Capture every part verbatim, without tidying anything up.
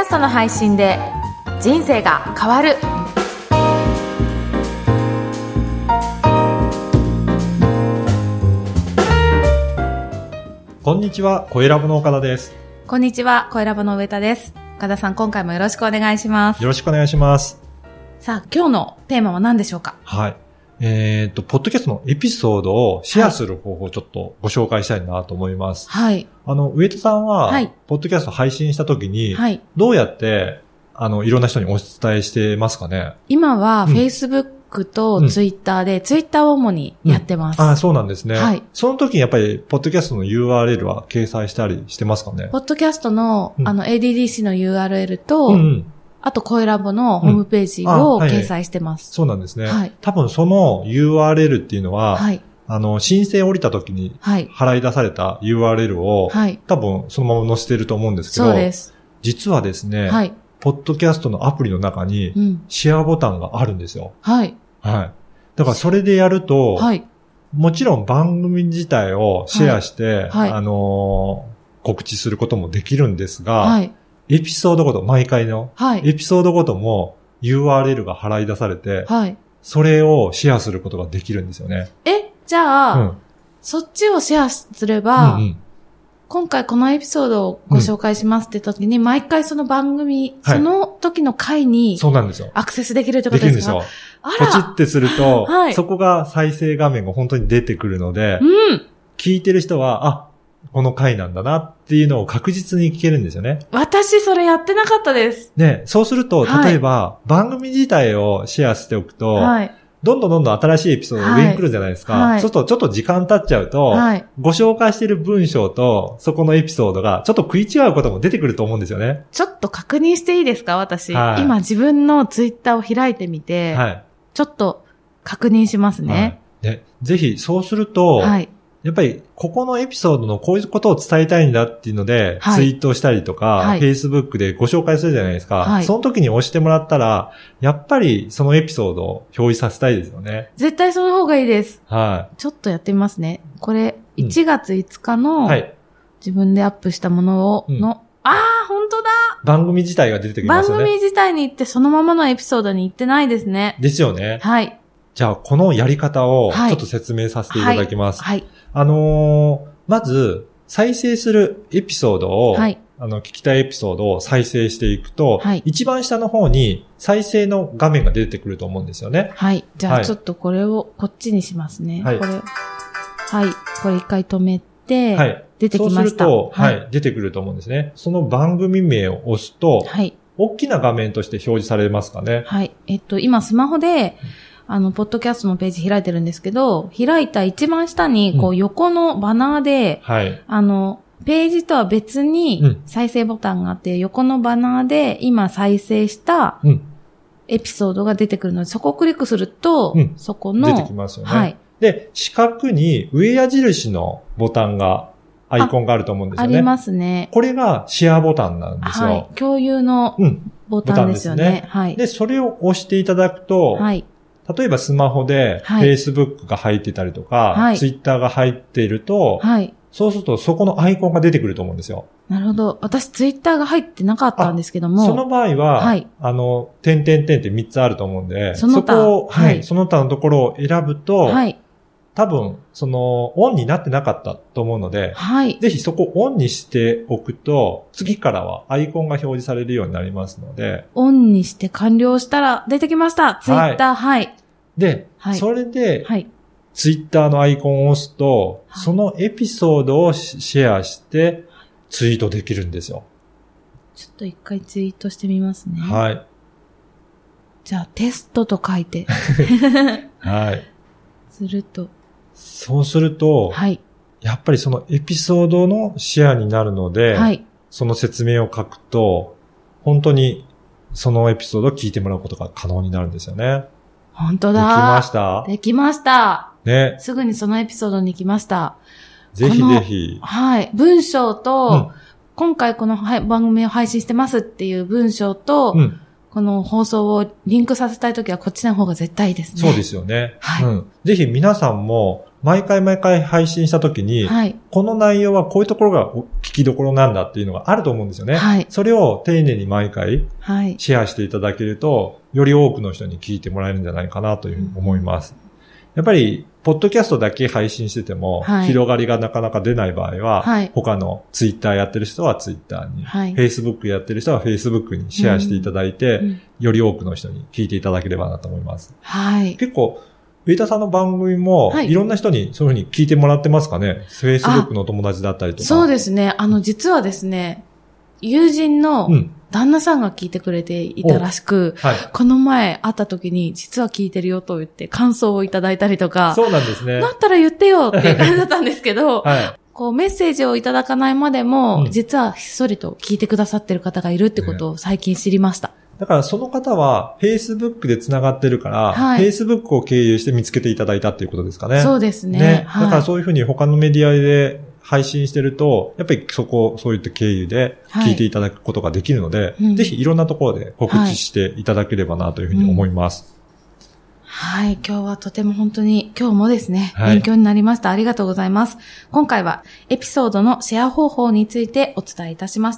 ストの配信で人生が変わる。 こんにちは、声ラボの岡田です。 こんにちは、声ラボの上田です。岡田さん、今回もよろしくお願いします。 よろしくお願いします。 さあ、今日のテーマは何でしょうか？ はい。えーっと、ポッドキャストのエピソードをシェアする方法をちょっとご紹介したいなと思います。 はい。 あの、上田さんは、 はい、 ポッドキャスト配信した時に、 はい、 どうやって、あの、いろんな人にお伝えしてますかね？ 今は、Facebook と Twitter で、うん、Twitter を主にやってます。 うん、あ、そうなんですね。 はい。 その時にやっぱり、ポッドキャストの ユーアールエル は掲載したりしてますかね？ ポッドキャストの、うん、あの、エーディーディーシー の ユーアールエル と、 うんうん、 あと、声ラボのホームページを掲載してます。 うんはいはい。そうなんですね。 はい。 多分その ユーアールエル っていうのは、 はい。 あの、申請降りた時に、払い出された ユーアールエル を、はい。多分そのまま載せてると思うんですけど、 そうです。 実はですね、 はい。 ポッドキャストのアプリの中に、シェアボタンがあるんですよ。 はい。 はい。だからそれでやると、 はい。 もちろん番組自体をシェアして、はい。あのー、告知することもできるんですが、はい。エピソードごと、毎回の、はい。エピソードごとも ユーアールエル が払い出されて、はい。それをシェアすることができるんですよね。 え、じゃあ、うん、そっちをシェアすれば、うんうん、今回このエピソードをご紹介しますって時に、うん、毎回その番組、はい、その時の回に、 そうなんですよ。 アクセスできるってことですか？ できるんですよ。あら。ポチってすると、はい、そこが再生画面が本当に出てくるので、うん、聞いてる人は、あ、この回なんだなっていうのを確実に聞けるんですよね。 私それやってなかったです。 ね、そうすると、例えば、はい、番組自体をシェアしておくと、はい、どんどんどんどん新しいエピソードが上に来るじゃないですか。はい、そうするとちょっと時間経っちゃうと、はい、ご紹介している文章とそこのエピソードがちょっと食い違うことも出てくると思うんですよね。 ちょっと確認していいですか？私、はい、今自分のツイッターを開いてみて、はい、ちょっと確認しますね。 はい、でぜひそうすると、はい、やっぱりここのエピソードのこういうことを伝えたいんだっていうので、はい、ツイートしたりとか、はい、Facebook でご紹介するじゃないですか、はい。その時に押してもらったら、やっぱりそのエピソードを表示させたいですよね。 絶対その方がいいです。 はい。 ちょっとやってみますね。これ、いちがついつかの、うんはい、自分でアップしたものを、の、うん、ああ、本当だ。 番組自体が出てきますよね。 番組自体に行ってそのままのエピソードに行ってないですね。 ですよね。 はい。 じゃあ、このやり方をちょっと説明させていただきます。はい。はいはい、あのー、まず、再生するエピソードを、はい、あの、聞きたいエピソードを再生していくと、はい、一番下の方に再生の画面が出てくると思うんですよね。 はい。じゃあ、ちょっとこれをこっちにしますね。はい。これ、はい。これ一回止めて、はい。出てきました。そうすると、はい、はい。出てくると思うんですね。その番組名を押すと、はい。大きな画面として表示されますかね。 はい。えっと、今スマホで、あの、ポッドキャストのページ開いてるんですけど、開いた一番下に、こう、横のバナーで、うん、はい。あの、ページとは別に、再生ボタンがあって、うん、横のバナーで、今再生した、エピソードが出てくるので、そこをクリックすると、うん、そこの、 出てきますよね。はい。で、四角に上矢印のボタンが、アイコンがあると思うんですよね。ありますね。 これがシェアボタンなんですよ。 はい。共有のボタンですよね。うん、ボタンですね。はい。 で、それを押していただくと、はい。例えばスマホで、Facebook が入ってたりとか、はい、Twitter が入っていると、はい、そうするとそこのアイコンが出てくると思うんですよ。 なるほど。私 Twitter が入ってなかったんですけども。 その場合は、はい、あの、点々点ってみっつあると思うんで、その他、そこを、はい、その他のところを選ぶと、はい、多分、その、オンになってなかったと思うので、はい、ぜひそこをオンにしておくと、次からはアイコンが表示されるようになりますので。 オンにして完了したら出てきました。ツイッター、はい。はい、 で、はい、それで、はい、ツイッターのアイコンを押すと、はい、そのエピソードをシェアして、ツイートできるんですよ。 ちょっと一回ツイートしてみますね。 はい。 じゃあ、テストと書いて。 はい。 すると。 そうすると、はい。やっぱりそのエピソードのシェアになるので、はい。その説明を書くと、本当にそのエピソードを聞いてもらうことが可能になるんですよね。 本当だ。 できました。 できました。 ね。 すぐにそのエピソードに行きました。 ぜひぜひ。 はい。文章と、うん、今回この番組を配信してますっていう文章と、うん、この放送をリンクさせたいときはこっちの方が絶対いいですね。 そうですよね。はい。うん。ぜひ皆さんも、 毎回毎回配信したときに、はい、この内容はこういうところが聞きどころなんだっていうのがあると思うんですよね。はい、それを丁寧に毎回シェアしていただけると、より多くの人に聞いてもらえるんじゃないかなというふうに思います。やっぱり、ポッドキャストだけ配信してても、はい、広がりがなかなか出ない場合は、はい、他のツイッターやってる人はツイッターに、はい、Facebook やってる人は Facebook にシェアしていただいて、うん、より多くの人に聞いていただければなと思います。はい、結構、上田さんの番組も、いろんな人にそういうふうに聞いてもらってますかね？ Facebook のお友達だったりとか。 そうですね。あの、実はですね、友人の旦那さんが聞いてくれていたらしく、うんはい、この前会った時に、実は聞いてるよと言って感想をいただいたりとか。 そうなんですね。 だったら言ってよっていう感じだったんですけど、はい、こうメッセージをいただかないまでも、うん、実はひっそりと聞いてくださってる方がいるってことを最近知りました。ね、 だからその方は Facebook で繋がってるから、はい、Facebook を経由して見つけていただいたっていうことですかね。 そうですね。 ね。はい、だからそういうふうに他のメディアで配信してると、やっぱりそこ、そういった経由で聞いていただくことができるので、はい、ぜひいろんなところで告知していただければなというふうに思います。 はい、うんはい、今日はとても本当に、今日もですね、はい、勉強になりました。ありがとうございます。今回はエピソードのシェア方法についてお伝えいたしました。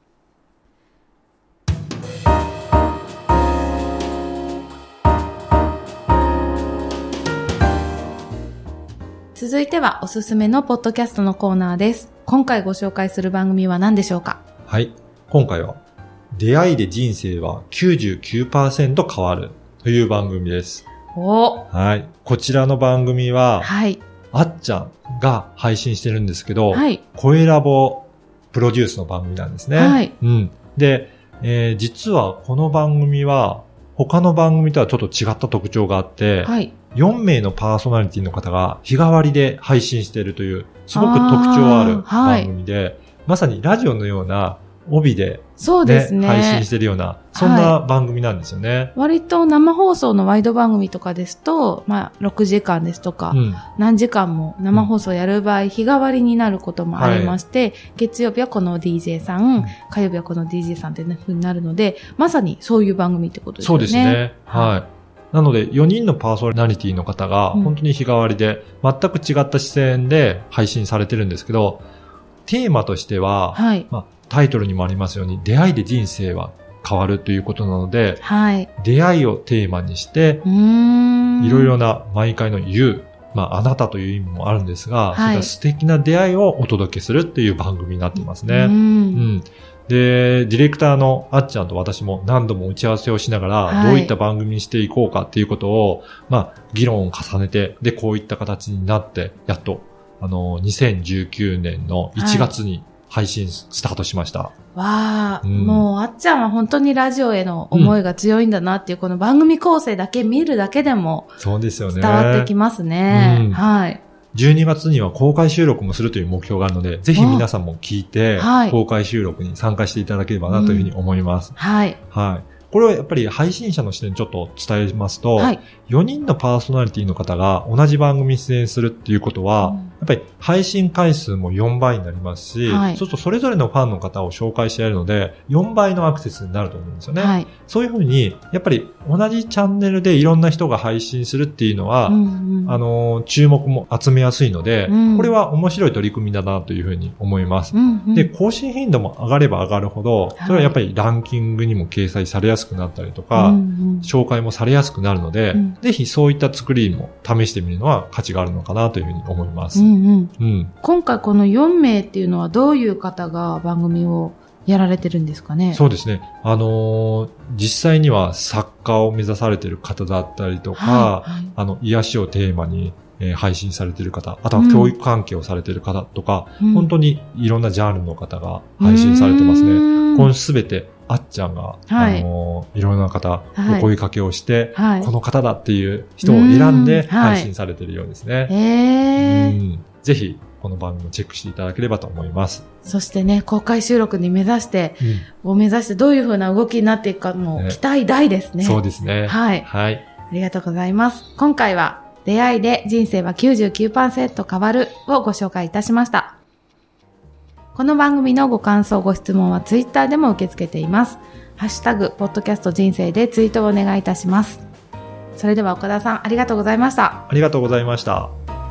続いてはおすすめのポッドキャストのコーナーです。今回ご紹介する番組は何でしょうか？ はい。今回は、出会いで人生は きゅうじゅうきゅうパーセント 変わるという番組です。 おはい。こちらの番組は、はい。あっちゃんが配信してるんですけど、はい。声ラボプロデュースの番組なんですね。はい。うん。で、えー、実はこの番組は、他の番組とはちょっと違った特徴があって、はい。よんめいのパーソナリティの方が日替わりで配信しているという、すごく特徴ある番組で、はい、まさにラジオのような帯で、ね、そうですね、配信しているような、そんな番組なんですよね。はい、 割と生放送のワイド番組とかですと、まあ、ろくじかんですとか、うん、何時間も生放送やる場合、日替わりになることもありまして、はい、月曜日はこの ディージェー さん、うん、火曜日はこの ディージェー さんっていう風になるので、まさにそういう番組ってことですよね。 そうですね。はい。なので、よにんのパーソナリティの方が、本当に日替わりで、全く違った視点で配信されてるんですけど、テーマとしては、はい、まあ、タイトルにもありますように、出会いで人生は変わるということなので、はい、出会いをテーマにして、いろいろな毎回の言う、まあ、あなたという意味もあるんですが、はい、そういった素敵な出会いをお届けするっていう番組になっていますね。うんうんで、ディレクターのあっちゃんと私も何度も打ち合わせをしながら、はい、どういった番組にしていこうかっていうことを、まあ、議論を重ねて、で、こういった形になって、やっと、あの、にせんじゅうきゅうねんのいちがつに配信スタートしました。はい、 わー、うん、もう、あっちゃんは本当にラジオへの思いが強いんだなっていう、うん、この番組構成だけ見るだけでも、そうですよね。伝わってきますね。うん、はい。 じゅうにがつには公開収録もするという目標があるので、ぜひ皆さんも聞いて、はい、公開収録に参加していただければなというふうに思います。うん、はい。はい。これはやっぱり配信者の視点ちょっと伝えますと、はい、よにんのパーソナリティの方が同じ番組に出演するっていうことは、うん、やっぱり配信回数もよんばいになりますし、はい、そうするとそれぞれのファンの方を紹介してやるので、よんばいのアクセスになると思うんですよね。はい、そういうふうに、やっぱり同じチャンネルでいろんな人が配信するっていうのは、うんうん、あの、注目も集めやすいので、うん、これは面白い取り組みだなというふうに思います。うんうん、で、更新頻度も上がれば上がるほど、それはやっぱりランキングにも掲載されやすくなったりとか、うんうん、紹介もされやすくなるので、うん、ぜひそういった作りも試してみるのは価値があるのかなというふうに思います。うんうんうん、今回このよんめいっていうのはどういう方が番組をやられてるんですかね？ そうですね。あのー、実際には作家を目指されている方だったりとか、はいはい、あの、癒しをテーマに、えー、配信されている方、あとは教育関係をされている方とか、うん、本当にいろんなジャンルの方が配信されてますね。このすべてあっちゃんが、はい、あのー、いろんな方、お声掛けをして、はい、この方だっていう人を選んで配信されているようですね。はい、へー。うん、ぜひ、この番組をチェックしていただければと思います。 そしてね、公開収録に目指して、うん、を目指してどういう風な動きになっていくかも期待大ですね。 そうですね。 はい。はい。ありがとうございます。今回は、出会いで人生は きゅうじゅうきゅうパーセント 変わるをご紹介いたしました。この番組のご感想、ご質問はツイッターでも受け付けています。ハッシュタグ、ポッドキャスト人生でツイートをお願いいたします。それでは岡田さん、ありがとうございました。 ありがとうございました。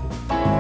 す。